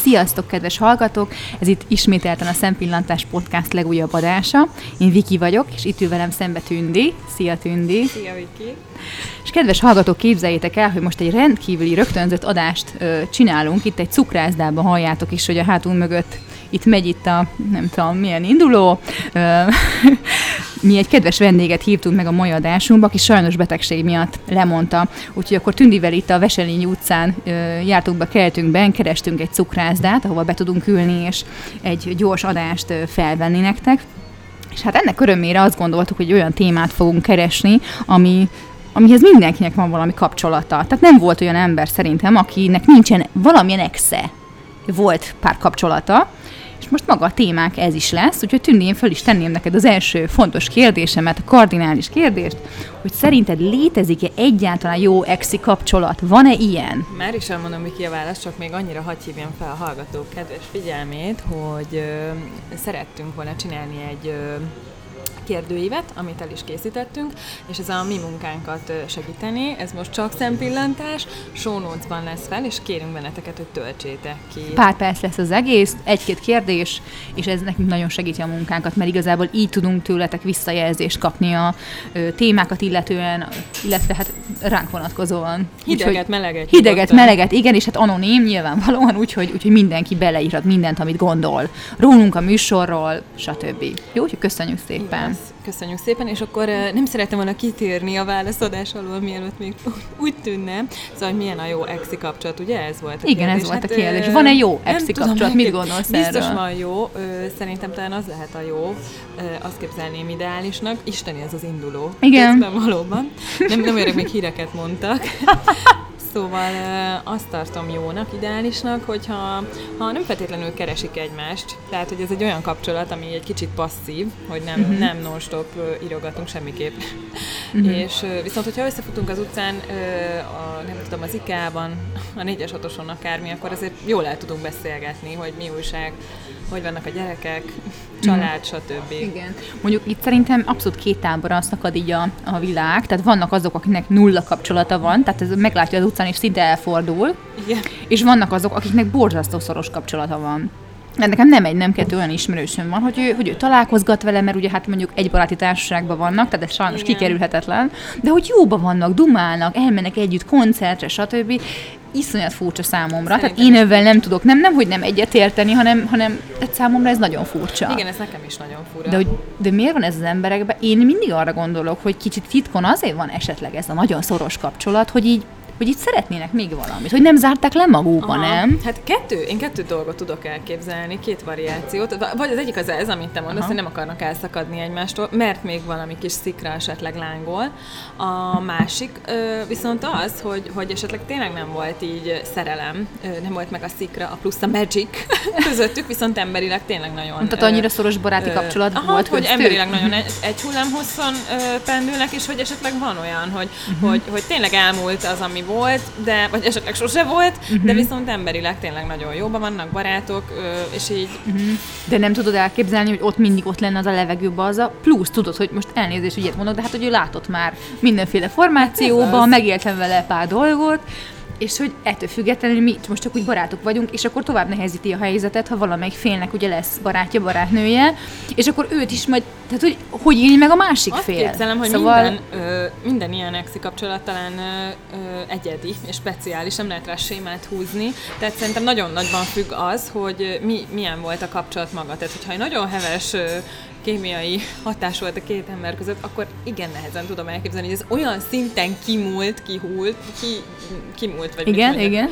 Sziasztok, kedves hallgatók! Ez itt ismételten a Szempillantás Podcast legújabb adása. Én Viki vagyok, és itt ül velem szembe Tündi. Szia, Tündi! Szia, Viki! És kedves hallgatók, képzeljétek el, hogy most egy rendkívüli rögtönzött adást csinálunk. Itt egy cukrászdában halljátok is, hogy a hátunk mögött itt megy itt a, nem tudom, milyen induló. Mi egy kedves vendéget hívtunk meg a mai adásunkba, aki sajnos betegség miatt lemondta. Úgyhogy akkor Tündivel itt a Veselényi utcán jártunk be, keltünkben, kerestünk egy cukrászdát, ahova be tudunk ülni, és egy gyors adást felvenni nektek. És hát ennek örömére azt gondoltuk, hogy olyan témát fogunk keresni, amihez mindenkinek van valami kapcsolata. Tehát nem volt olyan ember szerintem, akinek nincsen valamilyen exe. Volt párkapcsolata, és most maga a témánk ez is lesz, úgyhogy Tündi, én föl is tenném neked az első fontos kérdésemet, a kardinális kérdést, hogy szerinted létezik-e egyáltalán jó exi kapcsolat? Van-e ilyen? Már is elmondom, Viki, a választ, csak még annyira hadd hívjam fel a hallgatók kedves figyelmét, hogy szerettünk volna csinálni egy kérdőívet, amit el is készítettünk, és ez a mi munkánkat segíteni. Ez most csak szempillantás, show notes-ban lesz fel, és kérünk benneteket, hogy töltsétek ki. Pár perc lesz az egész, egy-két kérdés, és ez nekünk nagyon segíti a munkánkat, mert igazából így tudunk tőletek visszajelzést kapni a témákat illetően, illetve hát ránk vonatkozóan. Hideget, meleget. Hideget, meleget, igen, és hát anonim nyilvánvalóan, úgyhogy mindenki beleírhat mindent, amit gondol. Rólunk, a műsorról, stb. Jó, úgyhogy köszönjük szépen. Köszönjük szépen, és akkor nem szerettem volna kitérni a válaszadás alól, mielőtt még úgy tűnne, szóval, hogy milyen a jó exi kapcsolat, ugye ez volt a igen, kérdés? ez volt a kérdés. Van-e jó exi kapcsolat? Mit gondolsz erről? Biztos van jó, szerintem talán az lehet a jó, azt képzelném ideálisnak, isteni ez az induló. Igen. Közben valóban. Nem érek, még híreket mondtak. Szóval azt tartom jónak, ideálisnak, hogyha nem feltétlenül keresik egymást, tehát hogy ez egy olyan kapcsolat, ami egy kicsit passzív, hogy nem non-stop írogatunk semmiképp. És viszont, hogyha összefutunk az utcán, nem tudom, az IKEA-ban, a 4-es 6-oson akármi, akkor azért jól el tudunk beszélgetni, hogy mi újság, hogy vannak a gyerekek, család, stb. Igen. Mondjuk itt szerintem abszolút két táborra szakad így a világ, tehát vannak azok, akiknek nulla kapcsolata van, tehát ez meglátja az utcán és szinte elfordul, igen. És vannak azok, akiknek borzasztó szoros kapcsolata van. De nekem nem kettő olyan ismerősöm van, hogy ő találkozgat vele, mert ugye hát mondjuk egy baráti társaságban vannak, tehát ez sajnos kikerülhetetlen, de hogy jóban vannak, dumálnak, elmennek együtt koncertre, stb. Iszonyat furcsa számomra. Szerintem tehát én ezzel nem tudok, hogy nem egyetérteni, hanem számomra ez nagyon furcsa. Igen, ez nekem is nagyon fura. De miért van ez az emberekben? Én mindig arra gondolok, hogy kicsit titkon azért van esetleg ez a nagyon szoros kapcsolat, hogy így szeretnének még valamit, hogy nem zárták le magukba, nem? Hát én kettő dolgot tudok elképzelni, két variációt, vagy az egyik az ez, amit te mondasz, hogy nem akarnak elszakadni egymástól, mert még valami kis szikra esetleg lángol. A másik viszont az, hogy esetleg tényleg nem volt így szerelem, nem volt meg a szikra, a plusz a magic közöttük, viszont emberileg tényleg nagyon... Tehát annyira szoros baráti kapcsolat volt, hogy emberileg nagyon egy hullámhosszon pendülnek, és hogy esetleg van olyan, hogy tényleg elmúlt az, ami volt, vagy esetleg sose volt, de viszont emberileg tényleg nagyon jóban vannak, barátok, és így... De nem tudod elképzelni, hogy ott mindig ott lenne az a levegőben az a plusz, tudod, hogy most elnézést, ügyet mondok, de hát, hogy ő látott már mindenféle formációban, megéltem vele pár dolgot, és hogy ettől függetlenül mi most csak úgy barátok vagyunk, és akkor tovább nehezíti a helyzetet, ha valamelyik félnek ugye lesz barátja, barátnője, és akkor őt is majd, tehát hogy élj meg a másik fél. Azt képzelem, hogy szóval... minden ilyen exi kapcsolat talán egyedi és speciális, nem lehet rá sémát húzni, tehát szerintem nagyon nagyban függ az, hogy milyen volt a kapcsolat maga. Tehát, hogyha egy nagyon heves kémiai hatás volt a két ember között, akkor igen nehezen tudom elképzelni, hogy ez olyan szinten kimúlt, vagy igen.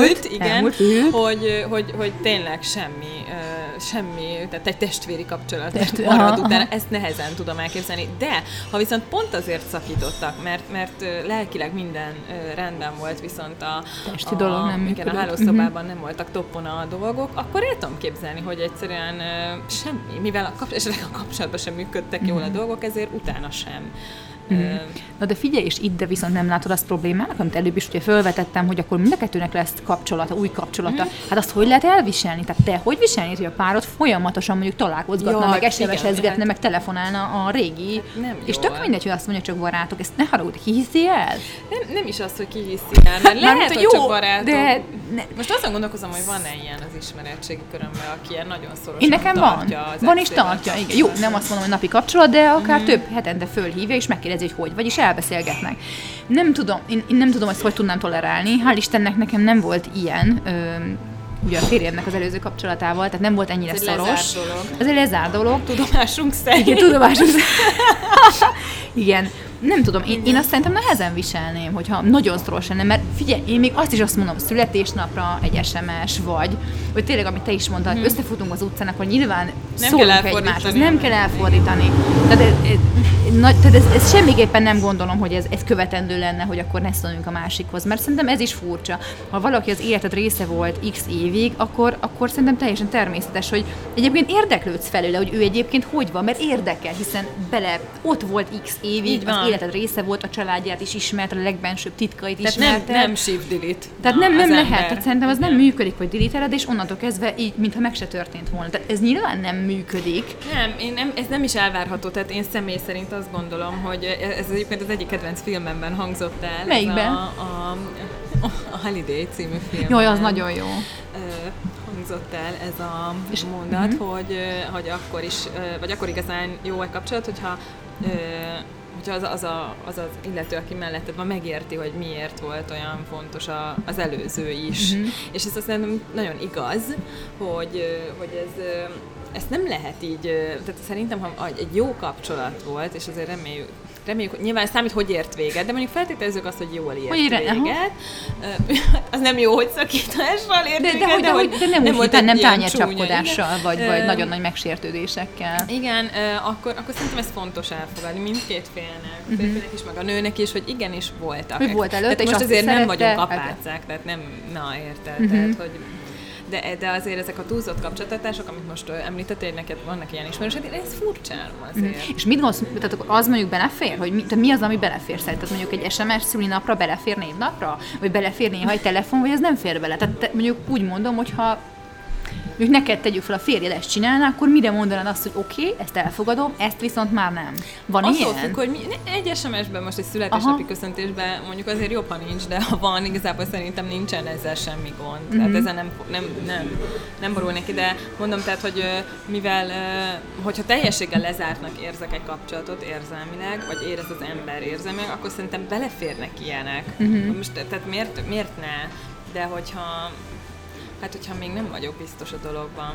Hogy tényleg semmi, tehát egy testvéri kapcsolat marad utána, ezt nehezen tudom elképzelni. De, ha viszont pont azért szakítottak, mert lelkileg minden rendben volt, viszont a hálószobában nem voltak toppon a dolgok, akkor el tudom képzelni, hogy egyszerűen semmi, mivel esetleg a kapcsolatban sem működtek jól a dolgok, ezért utána sem Na de figyelj, és itt de viszont nem látod azt problémának, amit előbb is ugye felvetettem, hogy akkor mind a kettőnek lesz kapcsolata, új kapcsolata. Hát azt hogy lehet elviselni? Tehát te hogy viselnéd, hogy a párod folyamatosan mondjuk találkozgatna, meg SMS-ezgetne, meg telefonálna a régi, nem és jó. tök mindegy, hogy azt mondja, csak barátok, ezt ne haragudj, ki hiszi el? Nem is az, hogy ki hiszi el, mert lehet, hogy csak barátok. De most azon gondolkozom, hogy van-e ilyen az ismeretségi körömben, aki ilyen nagyon szorosan én nekem van és exével tartja, igen. Jó, nem azt mondom, hogy napi kapcsolat, de akár több hetente fölhívja, és megkérdezi, hogy vagyis elbeszélgetnek. Nem tudom, én nem tudom, ezt hogy tudnám tolerálni. Hál' Istennek nekem nem volt ilyen, ugye a férjemnek az előző kapcsolatával, tehát nem volt ennyire szoros. Ez egy lezárt dolog. Tudomásunk szerint. Igen, tudomásunk szerint. Igen. Nem tudom, én azt szerintem nehezen viselném, hogyha nagyon szoros lenne, mert figyelj, én még azt mondom, születésnapra egy SMS vagy tényleg, amit te is mondtad, összefutunk az utcán, akkor nyilván szólunk egymáshoz, nem kell elfordítani. Tehát ez semmiképpen nem gondolom, hogy ez követendő lenne, hogy akkor ne szóljunk a másikhoz, mert szerintem ez is furcsa. Ha valaki az életed része volt x évig, akkor szerintem teljesen természetes, hogy egyébként érdeklődsz felőle, hogy ő egyébként hogy van, mert érdekel, hiszen ott volt x évig, az életed része volt, a családját is ismert, a legbensőbb titkait ismert. Tehát nem shift delete. Tehát nem lehet, tehát szerintem az nem működik, hogy delete-eled, és onnantól kezdve így, mintha meg se történt volna. Tehát ez nyilván nem működik. Ez nem is elvárható, tehát én személy szerint azt gondolom, hogy ez egyébként az egyik kedvenc filmemben hangzott el. Melyikben? A Holiday című film. Jaj, az nagyon jó. Hangzott el ez a mondat, hogy akkor is, vagy akkor igazán jó egy kapcsolat, hogyha az illető, aki melletted van, megérti, hogy miért volt olyan fontos az előző is. És ez azt szerintem nagyon igaz, hogy ezt nem lehet így, tehát szerintem, ha egy jó kapcsolat volt, és azért reméljük, hogy nyilván számít, hogy ért véget, de mondjuk feltételezzük azt, hogy jól ért véget. Az nem jó, hogy szakítással ért véget, de nem úgy, nem tányércsapkodással, vagy nagyon nagy megsértődésekkel. Igen, akkor szerintem ez fontos elfogadni mindkét félnek, a férfinek is, meg a nőnek is, hogy igenis voltak. Hogy volt előtt, és most azért nem vagyunk apácák, tehát nem, érted, tehát hogy... De azért ezek a túlzott kapcsolattartások, amit most említettél, hogy neked vannak ilyen ismerősök, ez furcsálom azért. És mit gondolsz, tehát az mondjuk belefér? Hogy mi az, ami belefér szerinted? Mondjuk egy SMS szülinapra belefér névnapra? Vagy belefér néha egy telefon, vagy ez nem fér bele? Tehát mondjuk úgy mondom, hogyha mondjuk neked tegyük fel, a férjed ezt csinálná, akkor mire mondanád azt, hogy oké, ezt elfogadom, ezt viszont már nem. Van attól ilyen? Függ, hogy egy SMS-ben, most egy születésnapi köszöntésben mondjuk azért jobb, ha nincs, de ha van, igazából szerintem nincsen ezzel semmi gond. Tehát ezzel nem borul neki, de mondom, tehát, hogy mivel, hogyha teljességgel lezártnak érzek egy kapcsolatot érzelmileg, vagy érez az ember érzelmileg, akkor szerintem beleférnek ilyenek. Most, tehát miért ne? De hogyha még nem vagyok biztos a dologban,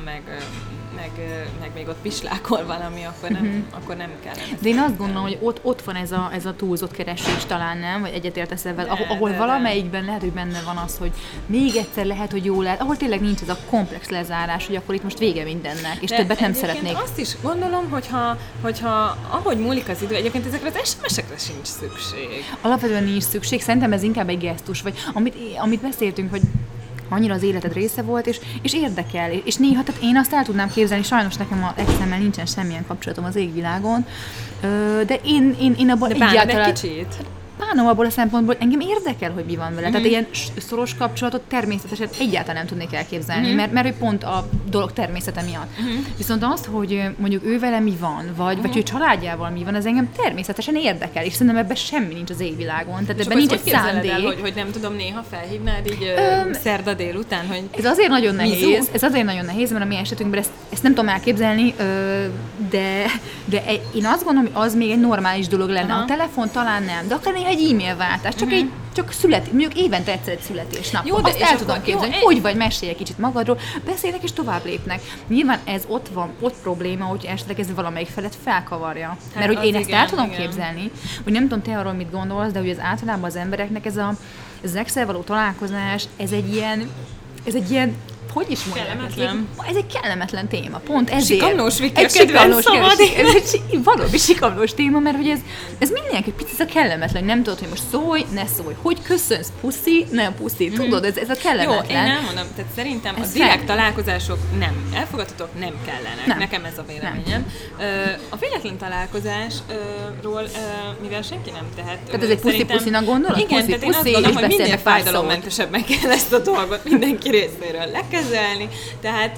meg még ott pislákol valami, akkor nem kellene. De én azt gondolom, hogy ott van ez a túlzott keresés talán, nem? Vagy egyetértesz ebben, ahol valamelyikben lehet, hogy benne van az, hogy még egyszer lehet, hogy jó lehet, ahol tényleg nincs ez a komplex lezárás, hogy akkor itt most vége mindennek, és többet nem szeretnék. Azt is gondolom, hogyha ahogy múlik az idő, egyébként ezekre az SMS-ekre sincs szükség. Alapvetően nincs szükség, szerintem ez inkább egy gesztus, vagy amit beszéltünk, hogy annyira az életed része volt, és érdekel, és néha, tehát én azt el tudnám képzelni, sajnos nekem az exemmel nincsen semmilyen kapcsolatom az égvilágon, de én abban egyáltalán... egy kicsit? Bánom abból a szempontból, engem érdekel, hogy mi van vele. Tehát ilyen szoros kapcsolatot természetesen egyáltalán nem tudnék elképzelni, mert ő pont a dolog természete miatt. Viszont azt, hogy mondjuk ő vele mi van, vagy hogy családjával mi van, az engem természetesen érdekel, és szerintem ebben semmi nincs az égvilágon. Tehát ebben nincs egy szándék. Hogy nem tudom, néha felhívnád így szerda délután, hogy ez azért nagyon nehéz, mert a mi esetünkben ezt nem tudom elképzelni, de én azt gondolom, hogy az még egy normális dolog lenne. A telefon talán nem, de akár egy e-mail váltás, csak mondjuk évente egyszer egy születésnap. Jó, de azt el tudom képzelni, hogy vagy mesélj egy kicsit magadról, beszélnek és tovább lépnek. Nyilván ez ott probléma, hogy esetleg ez valamelyik felet felkavarja. Mert hogy én ezt el tudom képzelni, hogy nem tudom te arról mit gondolsz, de hogy az általában az embereknek ez az Excel való találkozás, ez egy ilyen hogy is mondják? Kellemetlen. Ez egy kellemetlen téma, pont ezért. Sikamlós Viki a kedvenc szavad. Ez egy valóban sikamlós téma, mert hogy ez mindenki picit a kellemetlen, nem tudod, hogy most szólj, ne szólj, hogy köszönsz, puszi, nem puszi, tudod, ez a kellemetlen. Jó, én elmondom, tehát szerintem a direkt találkozások nem elfogadhatók, nem kellenek. Nem. Nekem ez a véleményem. A véletlen találkozásról, mivel senki nem tehet. Tehát ez egy puszi-puszinak gondolod? Igen, tehát én azt gondolom, hogy minél fájdalommentesebben kell ezt a dolgot mindenki részéről lekezelni, tehát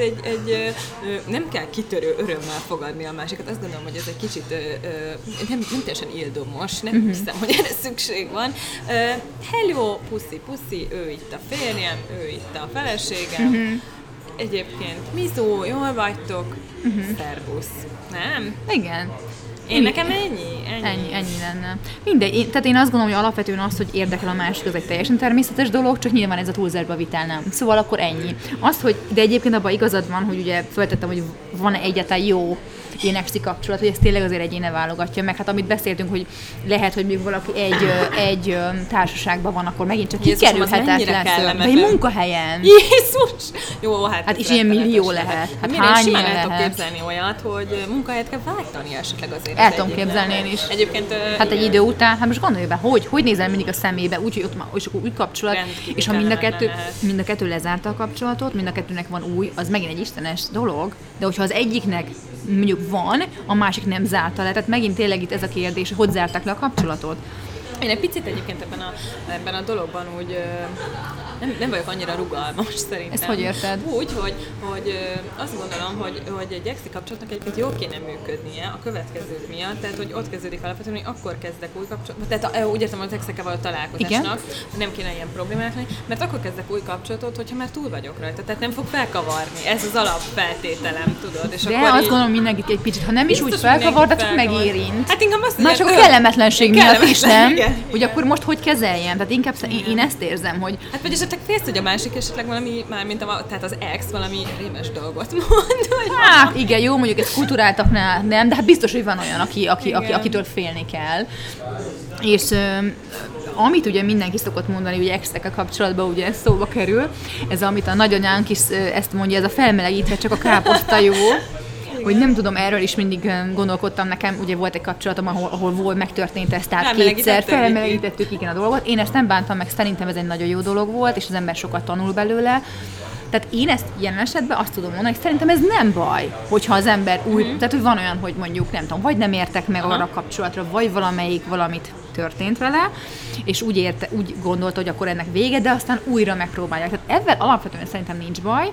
nem kell kitörő örömmel fogadni a másikat. Azt gondolom, hogy ez egy kicsit nem teljesen ildomos, nem hiszem, hogy erre szükség van. Hello, puszi, ő itt a férjem, ő itt a feleségem. Egyébként mizó, jól vagytok, szervusz, nem? Igen. Nekem ennyi lenne. Mindegy, tehát én azt gondolom, hogy alapvetően az, hogy érdekel a másik, az egy teljesen természetes dolog, csak nyilván ez a túlzásba vitel nem. Szóval akkor ennyi. Az, hogy, de egyébként abban igazad van, hogy ugye feltettem, hogy van-e egyáltalán jó ilyen exi kapcsolat, hogy ez tényleg azért egyéne válogatja, meg hát amit beszéltünk, hogy lehet, hogy még valaki egy társaságban van, akkor megint csak kikerülhetetlen szó. De egy munkahelyen. Jézus! Jó, hát is ilyen millió lehet. Hát hány ilyen lehet? El képzelni olyat, hogy munkahelyet kell váltani esetleg azért. El tudom képzelni én is. Egyébként, hát egy idő után, hát most gondolj be, hogy nézel mindig a szemébe, úgyhogy ott már új kapcsolat, és ha mind a kettő lezárta a kapcsolatot, mind a kettőnek van új, az megint egy istenes dolog, de hogyha az egyiknek mondjuk van, a másik nem zárta le. Tehát megint tényleg itt ez a kérdés, hogy zárták le a kapcsolatot. Én egy picit egyébként ebben a dologban úgy nem vagyok annyira rugalmas szerintem. Ezt hogy érted? Úgy, hogy azt gondolom, hogy egy exi kapcsolatnak egyébként jól kéne működnie a következők miatt, tehát hogy ott kezdődik alapvetően, hogy akkor kezdek új kapcsolatot, tehát úgy értem, az exekkel való találkozásnak, nem kéne ilyen problémák lenni, mert akkor kezdek új kapcsolatot, hogyha már túl vagyok rajta, tehát nem fog felkavarni. Ez az alapfeltételem, tudod. És de akkor azt gondolom mindenkit egy picit, ha nem is úgy felkavar, de csak megérint. Hát inkább azt, már csak a kellemetlenség miatt is, nem? Hogy akkor most hogy kezeljem? Tehát inkább én ezt érzem, hogy... Hát vagy esetleg félsz, hogy a másik esetleg valami, mármint tehát az ex valami rémes dolgot mond. Hát igen, jó, mondjuk ez kulturáltaknál nem, de hát biztos, hogy van olyan, akitől félni kell. És amit ugye mindenki szokott mondani, ugye exekkel kapcsolatban ugye ez szóba kerül, ez amit a nagyanyánk is ezt mondja, ez a felmelegítve csak a káposzta jó. Hogy nem tudom, erről is mindig gondolkodtam, nekem ugye volt egy kapcsolatom, ahol volt, megtörtént ez, tehát kétszer felmelegítettük igen a dolgot. Én ezt nem bántam meg, szerintem ez egy nagyon jó dolog volt, és az ember sokat tanul belőle. Tehát én ezt jelen esetben azt tudom mondani, hogy szerintem ez nem baj, hogyha az ember tehát hogy van olyan, hogy mondjuk nem tudom, vagy nem értek meg arra a kapcsolatra, vagy valamit történt vele, és úgy gondolta, hogy akkor ennek vége, de aztán újra megpróbálják. Tehát ebben alapvetően szerintem nincs baj,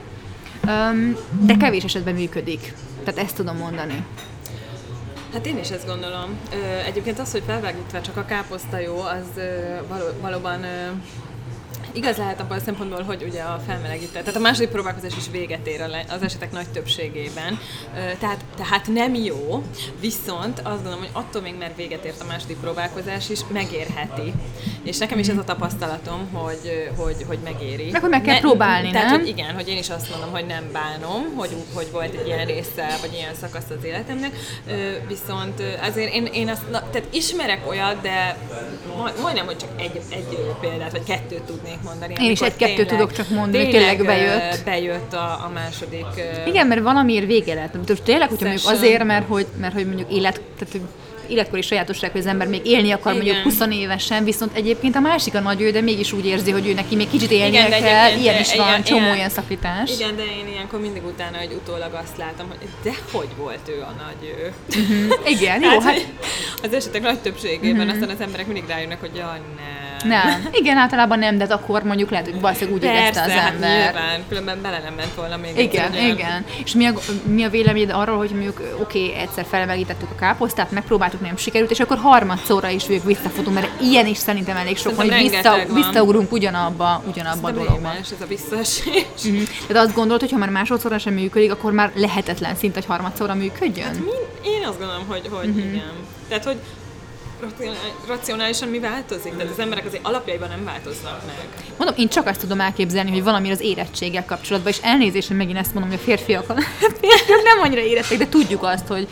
de kevés esetben működik. Tehát ezt tudom mondani. Hát én is ezt gondolom. Egyébként az, hogy felvágítva csak a káposzta jó, az valóban igaz lehet abban a szempontból, hogy ugye a felmelegített, tehát a második próbálkozás is véget ér az esetek nagy többségében. Tehát nem jó, viszont azt gondolom, hogy attól még, mert véget ért a második próbálkozás is, megérheti. És nekem is ez a tapasztalatom, hogy megéri. Meg hogy meg kell próbálni, tehát, nem? Hogy igen, hogy én is azt mondom, hogy nem bánom, hogy volt egy ilyen része, vagy ilyen szakasz az életemnek, viszont azért én azt, tehát ismerek olyat, de majdnem, hogy csak egy példát, vagy kettőt tudnék mondani. Én is egy-kettőt tudok csak mondani, tényleg bejött. Bejött a második... Igen, mert valamiért vége lett. Tényleg, hogyha mondjuk azért, mert hogy mondjuk életkori sajátosság, hogy az ember még élni akar, mondjuk 20 évesen, viszont egyébként a másik a nagy ő, de mégis úgy érzi, hogy ő neki még kicsit élnie kell, ilyen is van, csomó ilyen szakítás. Igen, de én ilyenkor mindig utána, hogy utólag azt látom, hogy de hogy volt ő a nagy ő. Igen, jó, hát... Az esetek nagy többségében aztán az emberek mindig rájönnek, hogy jaj, nem. Igen, általában nem, de akkor mondjuk lehet, hogy valószínűleg úgy érezte az ember. Hát nyilván, különben bele nem ment volna még. Igen. És mi a véleményed arról, hogy mondjuk egyszer felmelegítettük a káposztát, megpróbáltuk, nem sikerült, és akkor harmadszorra is visszafutunk, mert ilyen is szerintem elég sok, hogy visszaugrunk ugyanabba a dologba. Ez a visszaesés. Tehát azt gondolod, hogy ha már másodszorra sem működik, akkor már lehetetlen szint, hogy harmadszorra működjön? Hát én azt gondolom, hogy igen. Tehát, hogy racionálisan mi változik? Tehát az emberek azért alapjaiban nem változnak meg. Mondom, én csak azt tudom elképzelni, hogy valami az érettséggel kapcsolatban, és elnézést, hogy megint ezt mondom, hogy a férfiak nem annyira érettek, de tudjuk azt, hogy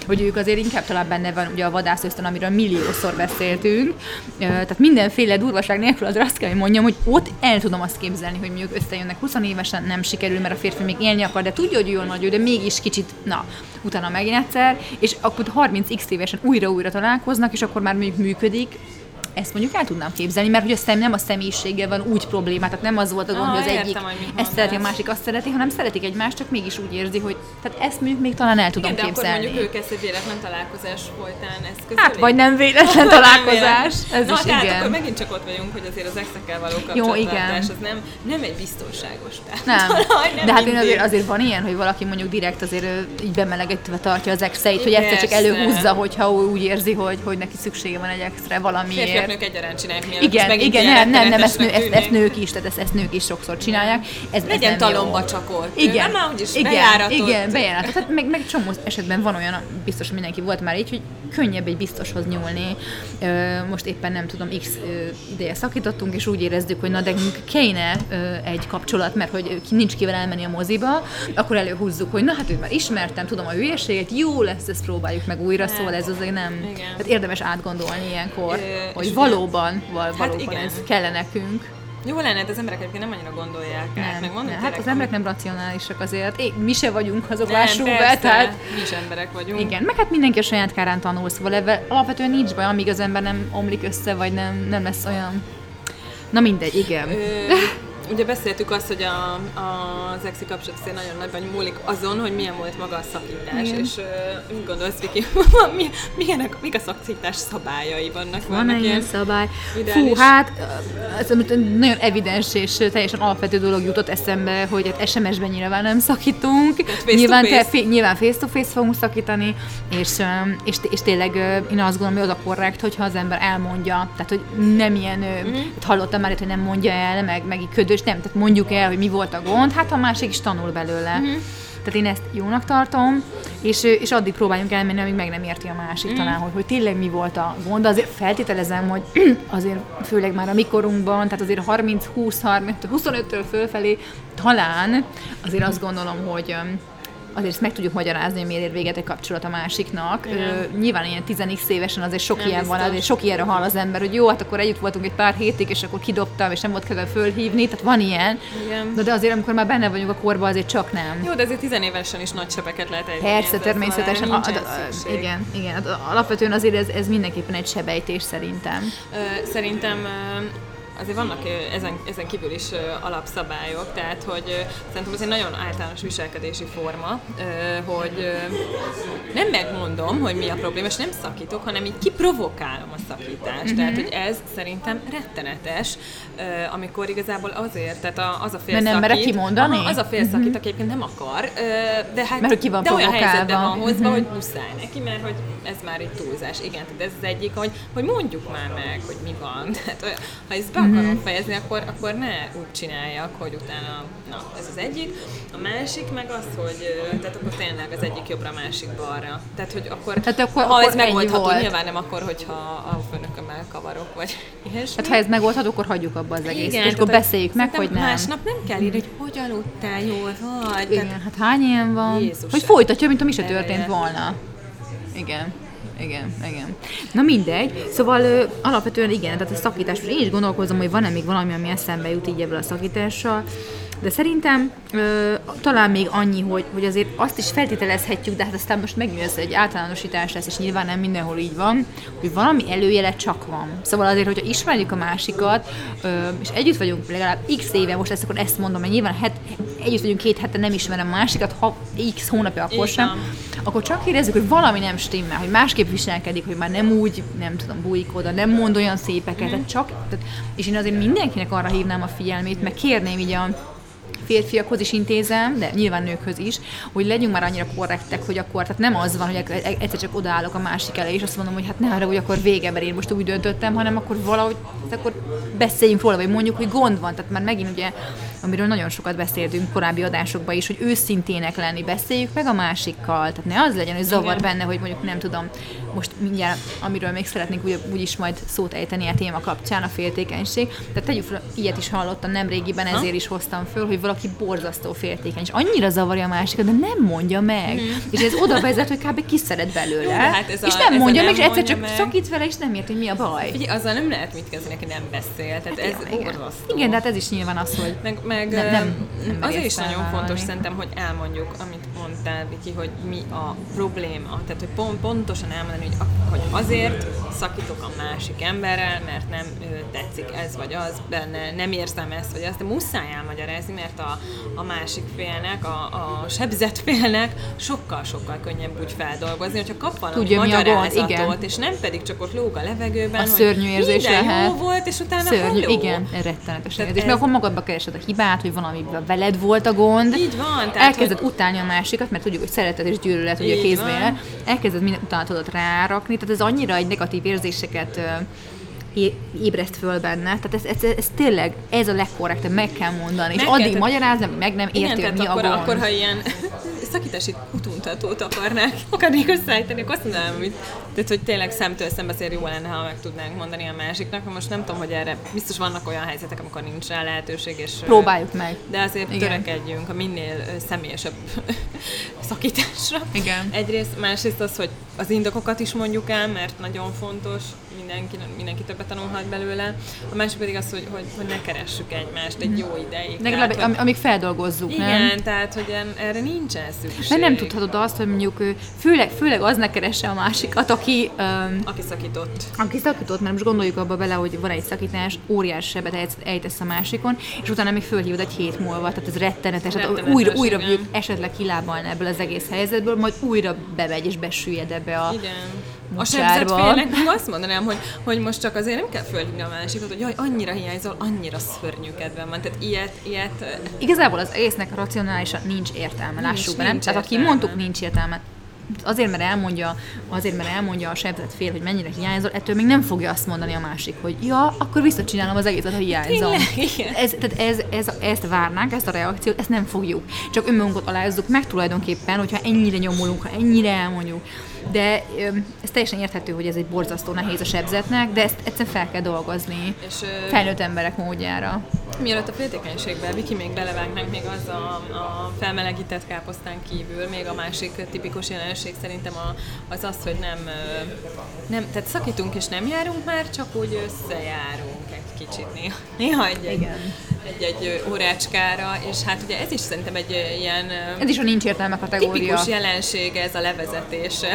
hogy ők azért inkább talán benne van ugye a vadászösztön, amiről milliószor beszéltünk. Tehát mindenféle durvaság nélkül azért azt kell, hogy mondjam, hogy ott el tudom azt képzelni, hogy mondjuk összejönnek 20 évesen, nem sikerül, mert a férfi még élni akar, de tudja, hogy jól nagy, de mégis kicsit, utána megint egyszer, és akkor 30x évesen újra-újra találkoznak, és akkor már mondjuk működik. Ezt mondjuk el tudnám képzelni, mert hogy aztán nem a személyiséggel van úgy problémát, tehát nem az volt a gond, hogy az egyik ezt szereti, a másik azt szereti, hanem szeretik egymást, csak mégis úgy érzi, hogy tehát ezt mondjuk még talán el tudom képzelni. De akkor mondjuk ők ezt egy véletlen találkozás folytán ezt közölik? Hát vagy nem véletlen találkozás, ez is tehát igen. akkor megint csak ott vagyunk, hogy azért az exekkel való kapcsolattartás az nem egy biztonságos tárgy. Nem, de hát azért van ilyen, hogy valaki mondjuk direkt azért így bemelegetve tartja az exeit, hogy egyszer csak előhúzza, hogyha úgy érzi, hogy neki szüksége van egy extra valamiért. Nők egyaránt csinálják, igen, nem, ezt nők is, tehát ezt nők is sokszor csinálják. Legyen talomba csak ott. Igen, nem úgyis bejáratot. Igen, bejáratot. Tehát meg csomó esetben van olyan, biztos mindenki volt már így, hogy könnyebb egy biztoshoz nyúlni. Most éppen nem tudom, x ideje szakítottunk, és úgy érezzük, hogy na, de kéne egy kapcsolat, mert hogy nincs kivel elmenni a moziba, akkor előhúzzuk, hogy na hát őt már ismertem, tudom a hülyeséget, jó lesz, ezt próbáljuk meg újra, szóval ez azért nem. Tehát érdemes átgondolni ilyenkor, hogy valóban ez kellene nekünk. Jó lenne, de az emberek egyébként nem annyira gondolják át. Hát az emberek nem racionálisak azért. Mi se vagyunk azok, lássuk be. Tehát mi is emberek vagyunk. Igen, meg hát mindenki a saját kárán tanul, szóval ebben alapvetően nincs baj, amíg az ember nem omlik össze, vagy nem lesz olyan. Na mindegy, igen. Ugye beszéltük azt, hogy az exi kapcsolat azért nagyon nagyban múlik azon, hogy milyen volt maga a szakítás, igen. És mit gondolsz, Viki, mik a szakítás szabályai vannak? Van ilyen szabály. Ideális... Fú, hát ez nagyon evidens és teljesen alapvető dolog jutott eszembe, hogy hát SMS-ben nyilván nem szakítunk, nyilván face-to-face fogunk szakítani, és tényleg én azt gondolom, hogy az a korrekt, hogyha az ember elmondja, tehát hogy nem ilyen, hallottam már itt, hogy nem mondja el, meg így ködös, nem, tehát mondjuk el, hogy mi volt a gond, hát a másik is tanul belőle. Tehát én ezt jónak tartom, és addig próbáljunk elmenni, amíg meg nem érti a másik talán, hogy tényleg mi volt a gond. Azért feltételezem, hogy azért főleg már a mi korunkban, tehát azért 25-től fölfelé talán azért azt gondolom, hogy azért ezt meg tudjuk magyarázni, hogy miért ér véget egy kapcsolat a másiknak. Nyilván ilyen 10x évesen azért sok nem ilyen biztos. Van, azért sok ilyenre hall az ember, hogy jó, hát akkor együtt voltunk egy pár hétig, és akkor kidobtam, és nem volt kedve fölhívni, tehát van ilyen. De azért, amikor már benne vagyunk a korban, azért csak nem. Jó, de azért 10 évesen is nagy sebeket lehet ejteni. Persze, természetesen. Igen. Alapvetően azért ez mindenképpen egy sebejtés szerintem. Szerintem azért vannak ezen kívül is alapszabályok, tehát hogy szerintem ez egy nagyon általános viselkedési forma, hogy nem megmondom, hogy mi a probléma, és nem szakítok, hanem így kiprovokálom a szakítást. Tehát, hogy ez szerintem rettenetes, amikor igazából azért, tehát az a fél szakít... nem merek kimondani? Az a fél szakít, aki egyébként nem akar, de hát mert ki van olyan helyzetben van hozva, hogy muszáj neki, mert hogy ez már egy túlzás. Igen, tehát ez az egyik, hogy mondjuk már meg, hogy mi van. Tehát, ha ezt be akarom fejezni, akkor ne úgy csináljak, hogy utána, ez az egyik. A másik meg az, hogy tehát akkor tényleg az egyik jobbra, a másik balra. Tehát, hogy akkor ha ez megoldható, nyilván nem akkor, hogyha a főnökömmel kavarok, vagy ilyesmi. Hát ha ez megoldható, akkor hagyjuk abba az egész. És akkor beszéljük meg, hogy nem. Másnap nem kell írni, hogy hogy aludtál, jól vagy. Igen, hát hány ilyen van? Jézus, hogy folytatja, mint ha mi se történt volna. Igen. Na mindegy. Szóval alapvetően igen, tehát a szakítás, én is gondolkozom, hogy van-e még valami, ami eszembe jut így ebből a szakítással, de szerintem talán még annyi, hogy azért azt is feltételezhetjük, de hát aztán most megint ez egy általánosítás lesz, és nyilván nem mindenhol így van, hogy valami előjele csak van. Szóval azért, hogyha ismerjük a másikat, és együtt vagyunk legalább x éve, most akkor ezt mondom, mert nyilván együtt vagyunk 2 hete, nem ismerem a másikat, ha x hónapja akkor sem, akkor csak érezzük, hogy valami nem stimmel, hogy másképp viselkedik, hogy már nem úgy, nem tudom, bújik oda, nem mond olyan szépeket, és én azért mindenkinek arra hívnám a figyelmét, meg kérném így a férfiakhoz is intézem, de nyilván nőkhöz is, hogy legyünk már annyira korrektek, hogy akkor, tehát nem az van, hogy egyszer csak odaállok a másik elé, és azt mondom, hogy hát ne arra, hogy akkor vége, mert én most úgy döntöttem, hanem akkor valahogy, akkor beszéljünk róla, vagy mondjuk, hogy gond van, tehát már megint ugye amiről nagyon sokat beszéltünk korábbi adásokban is, hogy őszintének lenni, beszéljük meg a másikkal. Tehát ne az legyen, hogy zavar benne, hogy mondjuk nem tudom, most mindjárt, amiről még szeretnénk úgyis majd szót ejteni a téma kapcsán, a féltékenység. Tehát tegyük fel, ilyet is hallottam nemrégiben, ezért is hoztam föl, hogy valaki borzasztó féltékeny, és annyira zavarja a másikat, de nem mondja meg. És ez oda vezet, hogy kb. Kiszeret belőle. Jó, hát és nem mondja meg, és egyszer csak szakít vele, és nem ért, hogy mi a baj. Figyelj, azzal nem lehet mit kezdeni, neki nem beszél. Tehát ez borzasztó. Igen, de hát ez is nyilván az, hogy nem azért is nagyon fontos szerintem, hogy elmondjuk, amit mondtál, Viki, hogy mi a probléma. Tehát, hogy pontosan elmondani, hogy azért szakítok a másik emberrel, mert nem tetszik ez vagy az benne, nem érzem ezt vagy azt, de muszáj elmagyarázni, mert a másik félnek, a sebzett félnek sokkal-sokkal könnyebb úgy feldolgozni, hogyha kap valami magyarázatot, és nem pedig csak ott lóg a levegőben, a szörnyű érzés lehet. Jó volt, és utána szörnyű, halló. Igen, rettenetes érzés. Mert akkor magadba keresed a hibát, hogy valamiben veled volt a gond. Így van. Tehát, elkezded utálni a másikat, mert tudjuk, hogy szeretet és gyűlölet, ugye a kézmérlet. Elkezded minden utálatodat rárakni, tehát ez annyira egy negatív érzéseket ébreszt föl benne. Tehát ez tényleg, ez a legkorrektebb, meg kell mondani. És addig magyarázni, meg nem érti, hogy mi a gond. Akkor, ha ilyen szakítási útmutatót akarnék összeállítani, akkor azt mondanám, hogy tényleg szemtől szembe azért jó lenne, ha meg tudnánk mondani a másiknak. Most nem tudom, hogy erre biztos vannak olyan helyzetek, amikor nincs rá lehetőség, és próbáljuk meg. De azért törekedjünk a minél személyesebb szakításra. Igen. Egyrészt, másrészt az, hogy az indokokat is mondjuk el, mert nagyon fontos, mindenki többet tanulhat belőle. A másik pedig az, hogy ne keressük egymást egy jó ideig. Legalább, amíg feldolgozzuk, igen, nem? Igen, tehát, hogy erre nincsen szükség. Mert nem tudhatod azt, hogy mondjuk főleg az ne keresse a másikat, aki szakított. Aki szakított, mert most gondoljuk abba bele, hogy van egy szakítás, óriási sebet ejtesz a másikon, és utána még fölhívod egy hét múlva, tehát ez rettenetes. Hát újra esetleg kilábalna ebből az egész helyzetből, majd újra bemegy és besüllyed ebbe a a sebzett félnek meg azt mondanám, hogy most csak azért nem kell fölhívni a másikat, hogy jaj, annyira hiányzol, annyira szörnyű kedvem van. Tehát ilyet... Igazából az egésznek racionálisan nincs értelme, lássuk be, nem? Tehát aki mondtuk, nincs értelme. Azért, mert elmondja a sebzett fél, hogy mennyire hiányzol, ettől még nem fogja azt mondani a másik, hogy ja, akkor visszacsinálom az egészet, ha hiányzom. Ezt várnánk, ezt a reakciót, ezt nem fogjuk. Csak önmagunkat alázzuk meg tulajdonképpen, hogyha ennyire nyomulunk, ha ennyire elmondjuk. De ez teljesen érthető, hogy ez egy borzasztó nehéz a sebzetnek, de ezt egyszerűen fel kell dolgozni felnőtt emberek módjára. Mielőtt a féltékenységbe, Viki, még belevágnánk még az a felmelegített káposztán kívül, még a másik tipikus jelenség szerintem az, hogy nem, tehát szakítunk és nem járunk már, csak úgy összejárunk egy kicsit néha egy órácskára, és hát ugye ez is szerintem egy ilyen... Ez is a nincs értelme kategória. Tipikus jelenség ez a levezetése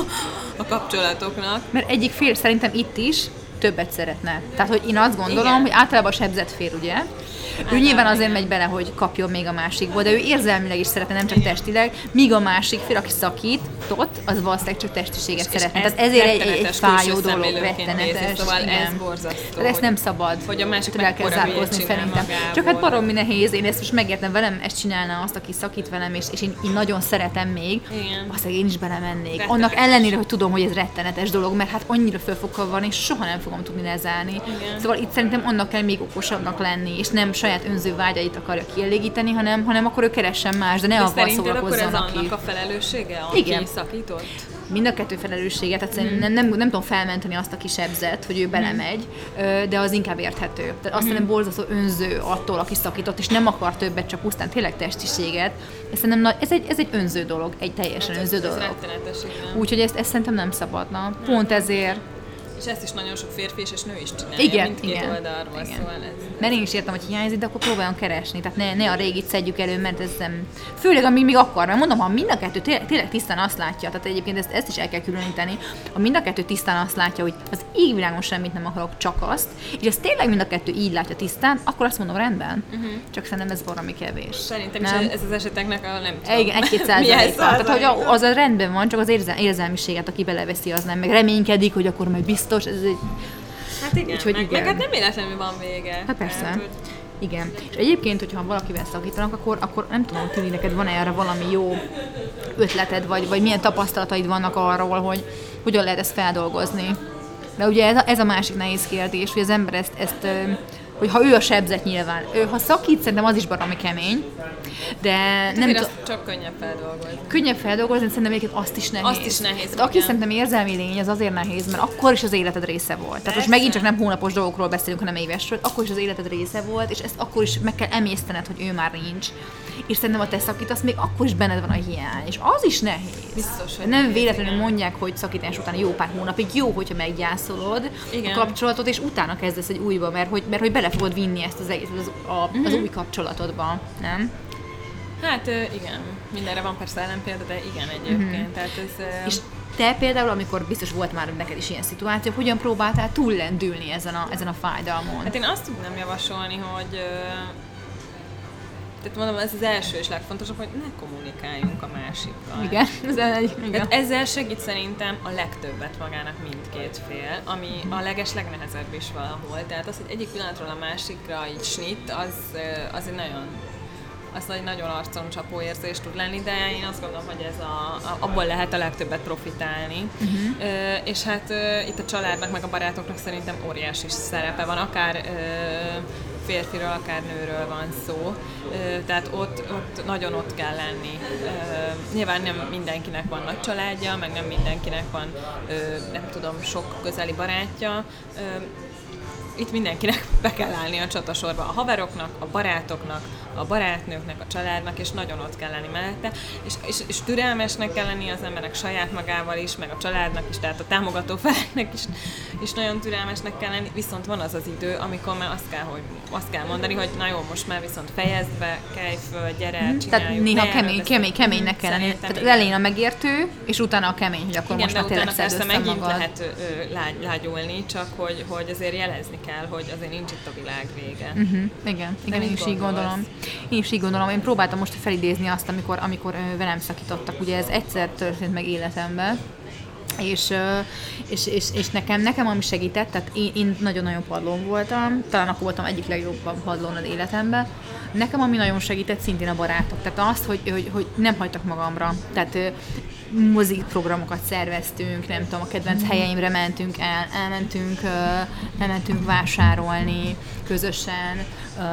a kapcsolatoknak. Mert egyik fél szerintem itt is többet szeretne. Tehát, hogy én azt gondolom, hogy általában a sebzett fél, ugye? Ő nyilván azért megy bele, hogy kapjon még a másikból, de ő érzelmileg is szeretne, nem csak testileg, míg a másik fél, aki szakított, az valószínűleg csak testiséget szeretne. Tehát ezért egy fájó dolog, rettenetes. Szóval ez borzasztó. Tehát ezt nem szabad. Hogy a másik meg kell zárkózni szerintem. Csak hát baromi nehéz, én ezt most megértem, velem ezt csinálna azt, aki szakít velem, és én nagyon szeretem még, azt én is belemennék. Annak ellenére, hogy tudom, hogy ez rettenetes dolog, mert hát annyira föl fog kavarni, és soha nem fogom tudni lezárni. Szóval itt szerintem annak kell még okosabbnak lenni, és nem saját önző vágyait akarja kielégíteni, hanem akkor ő keressen más, de ne avval szórakozzon, akkor ez annak a felelőssége, aki szakított? Mind a kettő felelőssége, tehát nem tudom felmenteni azt, aki sebzett, hogy ő belemegy, de az inkább érthető. Tehát azt hiszem borzasztó önző attól, aki szakított, és nem akar többet, csak pusztán tényleg testiséget. Ez egy önző dolog, egy teljesen önző dolog. Úgyhogy ezt szerintem nem szabadna. Pont ezért. És ezt is nagyon sok férfi és nő is csinálja, mindkét oldalról. Szóval ez... Mert én is értem, hogy hiányzik, de akkor próbáljon keresni. Tehát ne a régit szedjük elő, mert ez nem... Főleg, amíg még akar. Mert mondom, ha mind a kettő tényleg tisztán azt látja, tehát egyébként ezt is el kell különíteni, ha mind a kettő tisztán azt látja, hogy az égvilágon semmit nem akarok, csak azt, és ez tényleg mind a kettő így látja tisztán, akkor azt mondom, rendben. Csak szerintem ez valami kevés. Szerintem is ez az eseteknek a nem tudom. Igen, 1-2%. Tehát, hogy az a rendben van, csak az érzelmiséget, aki beleveszi, az nem, meg reménykedik, hogy akkor majd biztos, ez egy... Hát igen, meg hát nem véletlenül van vége. Hát persze. Tehát, igen. És egyébként, hogyha valakivel szakítanak, akkor nem tudom, Tüli, neked van-e erre valami jó ötleted, vagy milyen tapasztalataid vannak arról, hogy hogyan lehet ezt feldolgozni. De ugye ez a másik nehéz kérdés, hogy az ember ezt hogy ha ő a sebzett nyilván, ha szakít, szerintem az is baromi kemény, de nem csak könnyebb feldolgozni. Könnyebb feldolgozni, szerintem egyébként azt is nehéz. Azt is nehéz. Tehát aki szerintem érzelmi lény, az azért nehéz, mert akkor is az életed része volt. Tehát most megint csak nem hónapos dolgokról beszélünk, hanem évesről, akkor is az életed része volt, és ezt akkor is meg kell emésztened, hogy ő már nincs. És szerintem a te szakítasz, még akkor is benned van a hiány, és az is nehéz. Biztos, hogy nem véletlenül mondják, hogy szakítás után jó pár hónapig jó, hogyha meggyászolod a kapcsolatot, és utána kezdesz egy újba, mert hogy bele fogod vinni ezt az egész az új kapcsolatodba, nem? Hát igen, mindenre van persze ellenpélda, de igen egyébként. Tehát ez, és te például, amikor biztos volt már neked is ilyen szituáció, hogyan próbáltál túllendülni ezen a fájdalmon? Hát én azt tudnám javasolni, hogy tehát mondom, ez az első és legfontosabb, hogy ne kommunikáljunk a másikkal. Igen. Ezzel segít szerintem a legtöbbet magának mindkét fél, ami a legnehezebb is valahol. Tehát az, hogy egyik pillanatról a másikra így snitt, az egy nagyon arconcsapó érzés tud lenni, de én azt gondolom, hogy ez abból lehet a legtöbbet profitálni. És hát itt a családnak, meg a barátoknak szerintem óriási szerepe van, akár férfiről, akár nőről van szó, tehát ott nagyon ott kell lenni. Nyilván nem mindenkinek van nagy családja, meg nem mindenkinek van, nem tudom, sok közeli barátja. Itt mindenkinek be kell állni a csatasorba, a haveroknak, a barátoknak, a barátnőknek, a családnak, és nagyon ott kell lenni mellette, és türelmesnek kell lenni az embernek saját magával is, meg a családnak is, tehát a támogató feleknek is nagyon türelmesnek kell lenni, viszont van az az idő, amikor már azt kell mondani, hogy na jó, most már viszont fejezd be, kelj föl, gyere, csináljuk. Tehát néha keménynek kell lenni. Tehát az elején a megértő, és utána a kemény, hogy akkor most már tényleg szedd össze magad. Megint lehet lágyulni, csak hogy azért jelezni kell, hogy azért nincs itt a világ vége. Igen, én is így gondolom. Én próbáltam most felidézni azt, amikor velem szakítottak. Ugye ez egyszer történt meg életemben, és nekem ami segített, tehát én nagyon-nagyon padlón voltam, talán akkor voltam egyik legjobban padlón az életemben. Nekem ami nagyon segített, szintén a barátok. Tehát azt, hogy nem hagytak magamra. Tehát mozikprogramokat szerveztünk, nem tudom, a kedvenc helyeimre mentünk el, elmentünk vásárolni közösen,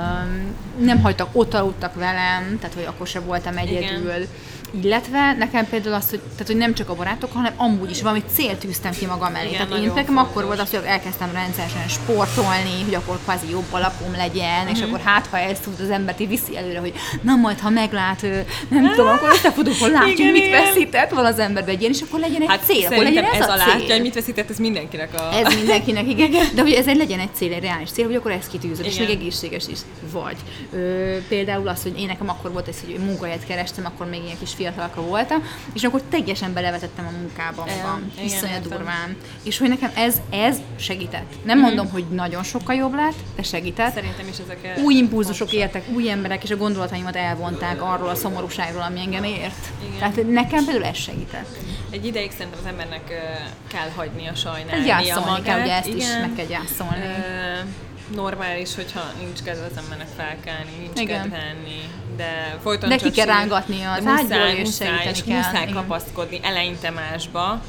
nem hagytak, ott aludtak velem, tehát hogy akkor sem voltam egyedül. Igen. Illetve nekem például az, hogy nem csak a barátok, hanem amúgy is valami célt tűztem ki magam elé. Igen, tehát nekem akkor volt az, hogy elkezdtem rendszeresen sportolni, hogy akkor kvázi jobb alapom legyen, és akkor ha ezt tud az embert viszi előre, hogy na majd, ha meglát, nem tudom, akkor összefogunk, hogy látjuk, mit veszített, van az emberbe egy ilyen, és akkor legyen egy cél, akkor legyen ez a cél. Látja, hogy mit veszített, ez mindenkinek Ez mindenkinek, igen. De hogy ez legyen egy cél, egy reális cél, hogy akkor ezt kitűzöd, és még egészséges is vagy. Például az, hogy én nekem akkor volt ez, hogy munkahelyet kerestem, akkor még ilyen kis fiatalka voltam, és akkor teljesen belevetettem a munkába magam, iszonyat durván. És hogy nekem ez segített. Nem mondom, hogy nagyon sokkal jobb lett, de segített. Szerintem is ezek új impulzusok értek, új emberek, és a gondolataimat elvonták arról a szomorúságról, ami engem ért. Igen. Tehát nekem például ez segített. Egy ideig szerintem az embernek kell hagynia sajnálni gyászolni kell, ugye ezt is meg kell gyászolni. Normális, hogyha nincs kedve az embernek felkelni, nincs kedve enni, de folyton de ki kell rángatni az ágyból, és segíteni kell. Muszáj kapaszkodni eleinte másba,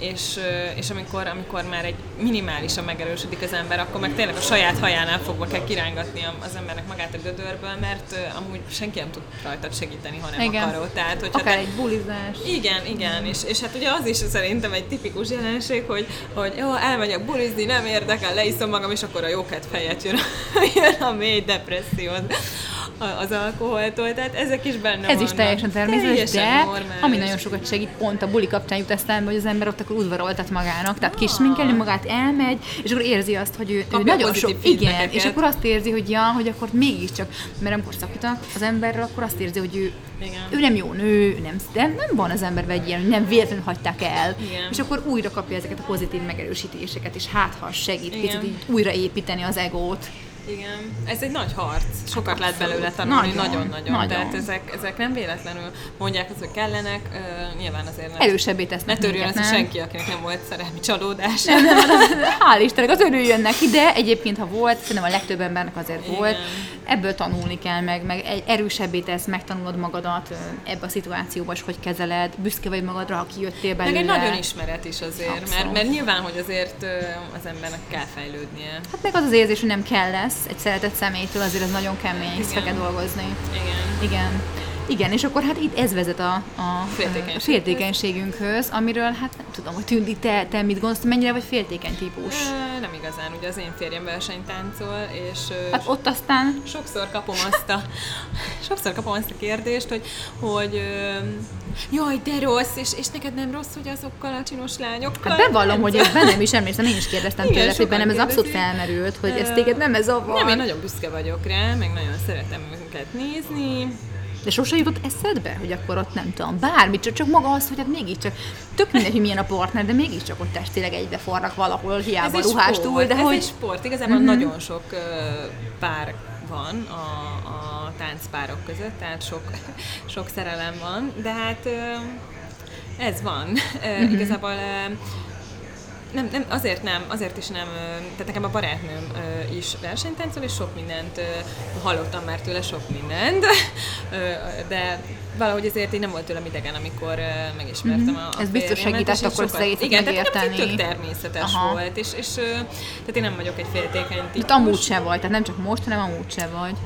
és amikor már egy minimálisan megerősödik az ember, akkor meg tényleg a saját hajánál fogva kell kirángatni az embernek magát a gödörből, mert amúgy senki nem tud rajtad segíteni, ha nem akarod. Tehát, hogyha akár egy bulizás. Igen, és hát ugye az is szerintem egy tipikus jelenség, hogy jó, elmegyek bulizni, nem érdekel, leiszom magam, és akkor a jókedv helyett jön a mély depresszió az alkoholtól, tehát ezek is benne vannak. Ez is teljesen természetes, de normális. Ami nagyon sokat segít, pont a buli kapcsán jut eszembe, hogy az ember ott akkor udvaroltat magának, tehát kisminkelni magát, elmegy, és akkor érzi azt, hogy ő nagyon sok, igen, és akkor azt érzi, hogy akkor mégiscsak, mert amikor szakítanak az emberről, akkor azt érzi, hogy ő nem jó nő, nem van az emberben egy ilyen, hogy nem véletlenül hagyták el, és akkor újra kapja ezeket a pozitív megerősítéseket, és ha segít picit így újraépíteni az egót. Igen, ez egy nagy harc. Sokat lehet belőle tanulni, nagyon-nagyon. Tehát ezek nem véletlenül mondják azt, hogy kellenek, nyilván azért erősebbé tesznek. Ne törjön össze senki, akinek nem volt szerelmi csalódás. Hál' Istennek, az örüljön neki, de egyébként, ha volt, szerintem a legtöbb embernek azért volt. ebből tanulni kell, meg erősebbé tesz, megtanulod magadat ebbe a szituációba, és hogy kezeled, büszke vagy magadra, ha kijöttél belőle. Meg egy nagyon ismeret is azért, mert nyilván, hogy azért az embernek kell fejlődnie. Hát meg az érzés, hogy nem kell lesz egy szeretett személytől, azért az nagyon kemény, hisz kell dolgozni. Igen, és akkor hát itt ez vezet a féltékenységünkhöz, amiről hát nem tudom, hogy Tündi, te mit gondolsz, mennyire vagy féltékeny típus? Nem igazán, ugye az én férjem versenytáncol, és hát ott aztán sokszor kapom azt a kérdést, hogy jaj, de rossz, és neked nem rossz, hogy azokkal a csinos lányokkal? Hát bevallom, hogy ez bennem is emlékszem, én is kérdeztem tőle, hogy bennem ez abszolút felmerült, hogy ez téged nem ez zavar. Nem, én nagyon büszke vagyok rá, meg nagyon szeretem őket nézni. De sose jutott eszedbe, hogy akkor ott nem tudom, bármit, csak maga az, hogy hát mégiscsak tök mindegy, hogy milyen a partner, de mégiscsak ott testileg egybeforrak valahol, hiába ruhás túl, de ez hogy... egy sport, igazából nagyon sok pár van a táncpárok között, tehát sok szerelem van, de hát ez van. Igazából azért is nem, tehát nekem a barátnőm is versenytáncol, és sok mindent hallottam már tőle, sok mindent, de valahogy azért így nem volt tőlem idegen, amikor megismertem a ez biztos segített akkor segített megérteni. Igen, tehát tök természetes volt, és tehát én nem vagyok egy féltékeny típus. De amúgy se vagy, tehát nem csak most, hanem amúgy se vagy.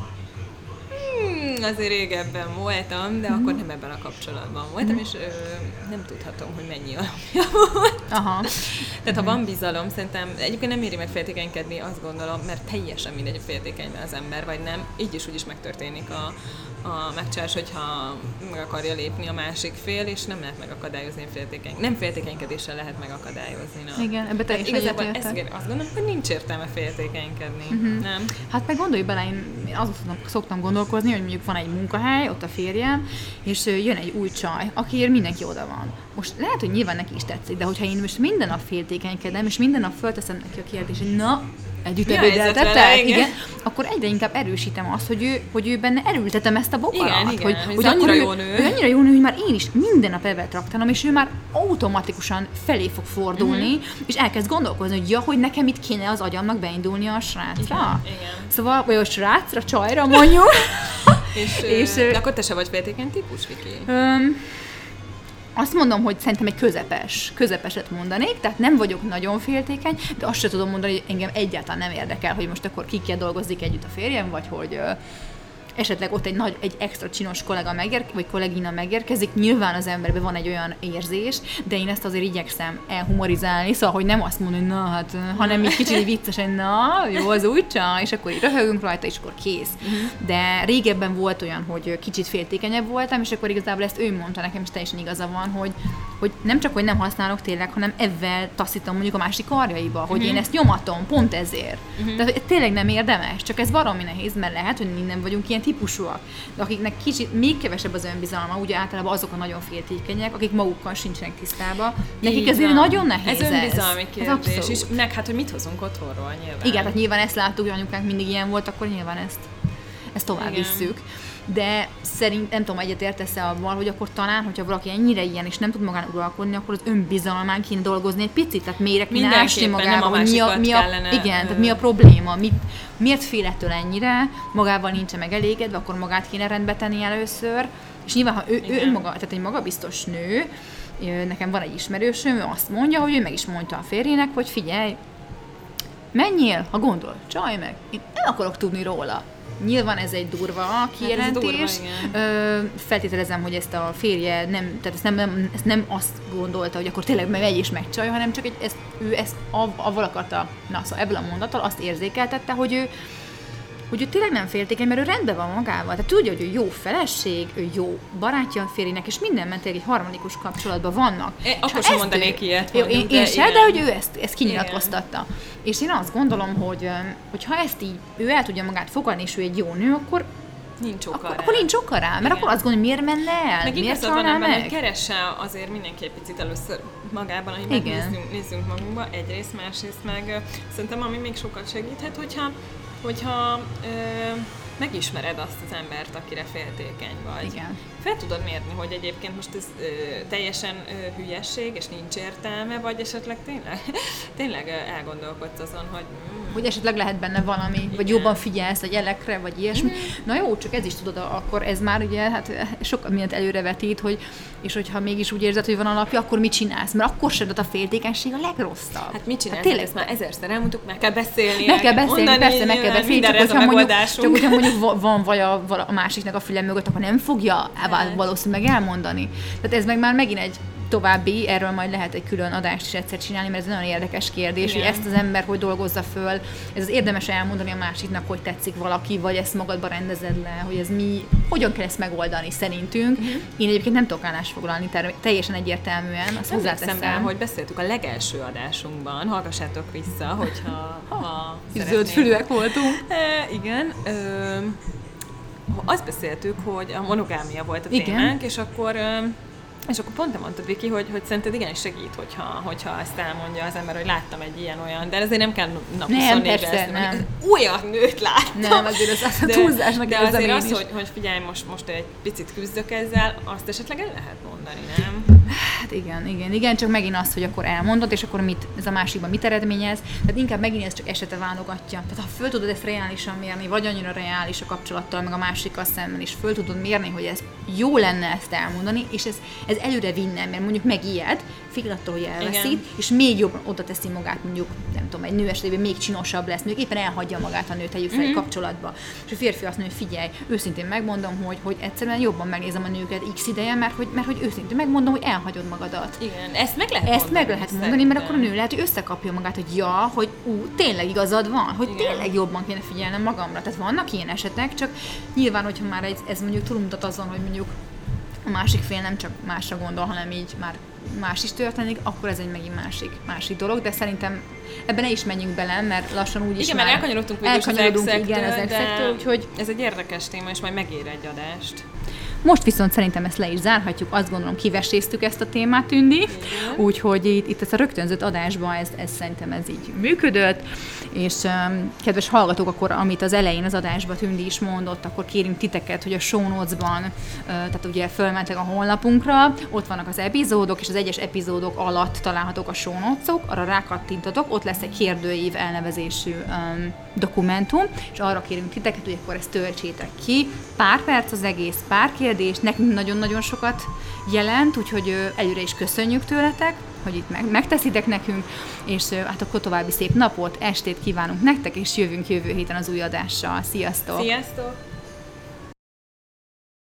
Azért régebben voltam, de akkor nem ebben a kapcsolatban voltam, és nem tudhatom, hogy mennyi alapja volt. Aha. Tehát ha van bizalom, szerintem egyébként nem éri meg féltékenykedni, azt gondolom, mert teljesen mindegy, hogy féltékenyben az ember, vagy nem. Így is úgy is megtörténik a megcsalás, hogyha meg akarja lépni a másik fél, és nem lehet megakadályozni nem féltékenykedéssel lehet megakadályozni. Igen, ebbe te is igazából azt gondolom, hogy nincs értelme féltékenykedni, nem? Hát meg gondolj bele, én azon szoktam gondolkozni, hogy mondjuk van egy munkahely, ott a férjem, és jön egy új csaj, akiért mindenki oda van. Most lehet, hogy nyilván neki is tetszik, de hogyha én most minden nap féltékenykedem, és minden nap fölteszem neki a kérdést, hogy na, együtt ebédeltettek, igen, akkor egyre inkább erősítem azt, hogy ő benne erőltetem ezt a bokarat. Igen, hogy annyira jó nő. Hogy annyira jó nő, hogy már én is minden nap ebben traktálom, és ő már automatikusan felé fog fordulni, és elkezd gondolkozni, hogy hogy nekem itt kéne az agyamnak beindulni a srácra. Igen. Szóval, vagy a srácra, csajra mondjuk. De akkor te se vagy féltékeny típus, Viki? Azt mondom, hogy szerintem egy közepeset mondanék, tehát nem vagyok nagyon féltékeny, de azt sem tudom mondani, hogy engem egyáltalán nem érdekel, hogy most akkor kikkel dolgozik együtt a férjem, vagy hogy esetleg ott egy extra csinos kollega vagy kollégina megérkezik, nyilván az emberben van egy olyan érzés, de én ezt azért igyekszem elhumorizálni, szóval, hogy nem azt mondom, hogy na, hát, hanem így kicsit viccesen, na, jó, az úgy csaj, és akkor így röhögünk rajta, és akkor kész. De régebben volt olyan, hogy kicsit féltékenyebb voltam, és akkor igazából ezt ő mondta nekem, és teljesen igaza van, hogy nem csak, hogy nem használok tényleg, hanem ebben taszítom mondjuk a másik karjaiba, hogy én ezt nyomatom, pont ezért. Tehát tényleg nem érdemes, csak ez baromi nehéz, mert lehet, hogy minden vagyunk ilyen típusúak, de akiknek kicsit még kevesebb az önbizalma, ugye általában azok a nagyon féltékenyek, akik magukkal sincsenek tisztában, nekik ezért nagyon nehéz ez. önbizalmi kérdés, és meg hát, hogy mit hozunk otthonról nyilván. Igen, tehát nyilván ezt láttuk, hogy anyukánk mindig ilyen volt, akkor nyilván ezt tovább visszük. De szerint nem tudom, egyetértesz-e avval, hogy akkor talán, hogyha valaki ennyire ilyen, és nem tud magán uralkodni, akkor az önbizalmán kéne dolgozni egy picit, tehát mélyre kéne ásni magába, hogy tehát mi a probléma, miért fél ettől ennyire, magával nincsen megelégedve, akkor magát kéne rendbe tenni először, és nyilván, ha ő önmaga, tehát egy magabiztos nő, nekem van egy ismerősöm, ő azt mondja, hogy ő meg is mondta a férjének, hogy figyelj, menjél, ha gondol, csalj meg, én nem akarok tudni róla. Nyilván ez egy durva kijelentés. Feltételezem, hogy ezt a férje ezt nem azt gondolta, hogy akkor tényleg megy és megcsalja, hanem csak ő ezt avval akarta, szóval ebből a mondattal azt érzékeltette, hogy ő tényleg nem féltékeny, mert ő rendben van magával. Tehát tudja, hogy ő jó feleség, ő jó barátja a férjének, és mindenben tényleg egy harmonikus kapcsolatban vannak. Akkor sem mondanék ilyet. Én sem, de hogy ő ezt kinyilatkoztatta. És én azt gondolom, hogy ha ezt így ő el tudja magát fogadni, és ő egy jó nő, akkor nincs oka rá, mert akkor azt gondolom, miért menne el? Meg miért csalná meg? Hogy keresse azért mindenki egy picit először magában, hogy megnézzünk magunkba, egyrészt, másrészt meg szerintem ami még sokat segíthet, hogyha megismered azt az embert, akire féltékeny vagy. Igen. fel tudod mérni, hogy egyébként most ez teljesen hülyesség, és nincs értelme, vagy esetleg tényleg elgondolkodsz azon, hogy... Hogy esetleg lehet benne valami, vagy jobban figyelsz a jelekre, vagy ilyesmi. Na jó, csak ez is tudod, akkor ez már ugye sokkal mindent előrevetít, és hogyha mégis úgy érzed, hogy van alapja, akkor mit csinálsz? Mert akkor se a féltékenység a legrosszabb. Hát mit csinálsz? Tényleg, ezt már ezerszer elmondtuk, meg kell beszélni. Meg kell beszélni, persze, meg kell beszélni, csak hogyha mondjuk van vaj a másiknak a fülem mögött, akkor nem fogja valószínűleg elmondani. Tehát ez meg már megint egy további, erről majd lehet egy külön adást is egyszer csinálni, mert ez egy nagyon érdekes kérdés, hogy ezt az ember hogy dolgozza föl, ez az érdemes elmondani a másiknak, hogy tetszik valaki, vagy ezt magadba rendezed le, hogy ez hogyan kell ezt megoldani szerintünk. Én egyébként nem tudok állásfoglalni, teljesen egyértelműen, azt hozzáteszem. Hogy beszéltük a legelső adásunkban, hallgassátok vissza, hogyha zöldfülűek voltunk. Igen. Azt beszéltük, hogy a monogámia volt a témánk, és akkor pont te mondtad, Viki, hogy szerinted igenis segít, hogyha ezt elmondja az ember, hogy láttam egy ilyen-olyan, de ezért nem kell nap 24-ben nem. Olyan nőt láttam. Nem, azért az a túlzásnak de azért az, hogy figyelj, most egy picit küzdök ezzel, azt esetleg el lehet mondani, nem? Hát igen, csak megint az, hogy akkor elmondod, és akkor ez a másikban mit eredményez, tehát inkább megint ez csak esete válogatja. Tehát ha föl tudod ezt reálisan mérni, vagy annyira reális a kapcsolattal, meg a másikkal szemben is föl tudod mérni, hogy ez jó lenne ezt elmondani, és ez előre vinne, mert mondjuk megijed, fél attól, hogy elveszít, és még jobban oda teszi magát, mondjuk, nem tudom, egy nő esetében még csinosabb lesz, mondjuk éppen elhagyja magát a nőt egy fel kapcsolatba. És a férfi azt mondja, hogy figyelj, őszintén megmondom, hogy egyszerűen jobban megnézem a nőket x ideje, mert hogy őszintén megmondom, hogy elhagyod magadat. Igen, ezt meg lehet mondani, mert akkor a nő lehet, hogy összekapja magát, hogy hogy tényleg igazad van, hogy tényleg jobban kéne figyelnem magamra. Tehát vannak ilyen esetek, csak nyilván, hogyha már ez mondjuk túlmutat azon, hogy mondjuk a másik fél nem csak másra gondol, hanem így már más is történik, akkor ez egy megint másik dolog, de szerintem ebben ne is menjünk bele, mert lassan úgy is igen, mert elkanyarodtunk az exektől, úgyhogy ez egy érdekes téma, és majd megér egy adást. Most viszont szerintem ezt le is zárhatjuk, azt gondolom kiveséztük ezt a témát, Tündi, úgyhogy itt ez a rögtönzött adásban ez szerintem ez így működött, és kedves hallgatók, akkor amit az elején az adásban Tündi is mondott, akkor kérünk titeket, hogy a show notes-ban, tehát ugye fölmentek a honlapunkra, ott vannak az epizódok, és az egyes epizódok alatt találhatók a show notes-ok, arra rákattintatok, ott lesz egy kérdőív elnevezésű dokumentum, és arra kérünk titeket, hogy akkor ezt töltsétek ki. Pár perc az egész, pár kérdés, nekünk nagyon-nagyon sokat jelent, úgyhogy előre is köszönjük tőletek, hogy itt megteszitek nekünk, és hát akkor további szép napot, estét kívánunk nektek, és jövünk jövő héten az új adással. Sziasztok! Sziasztok!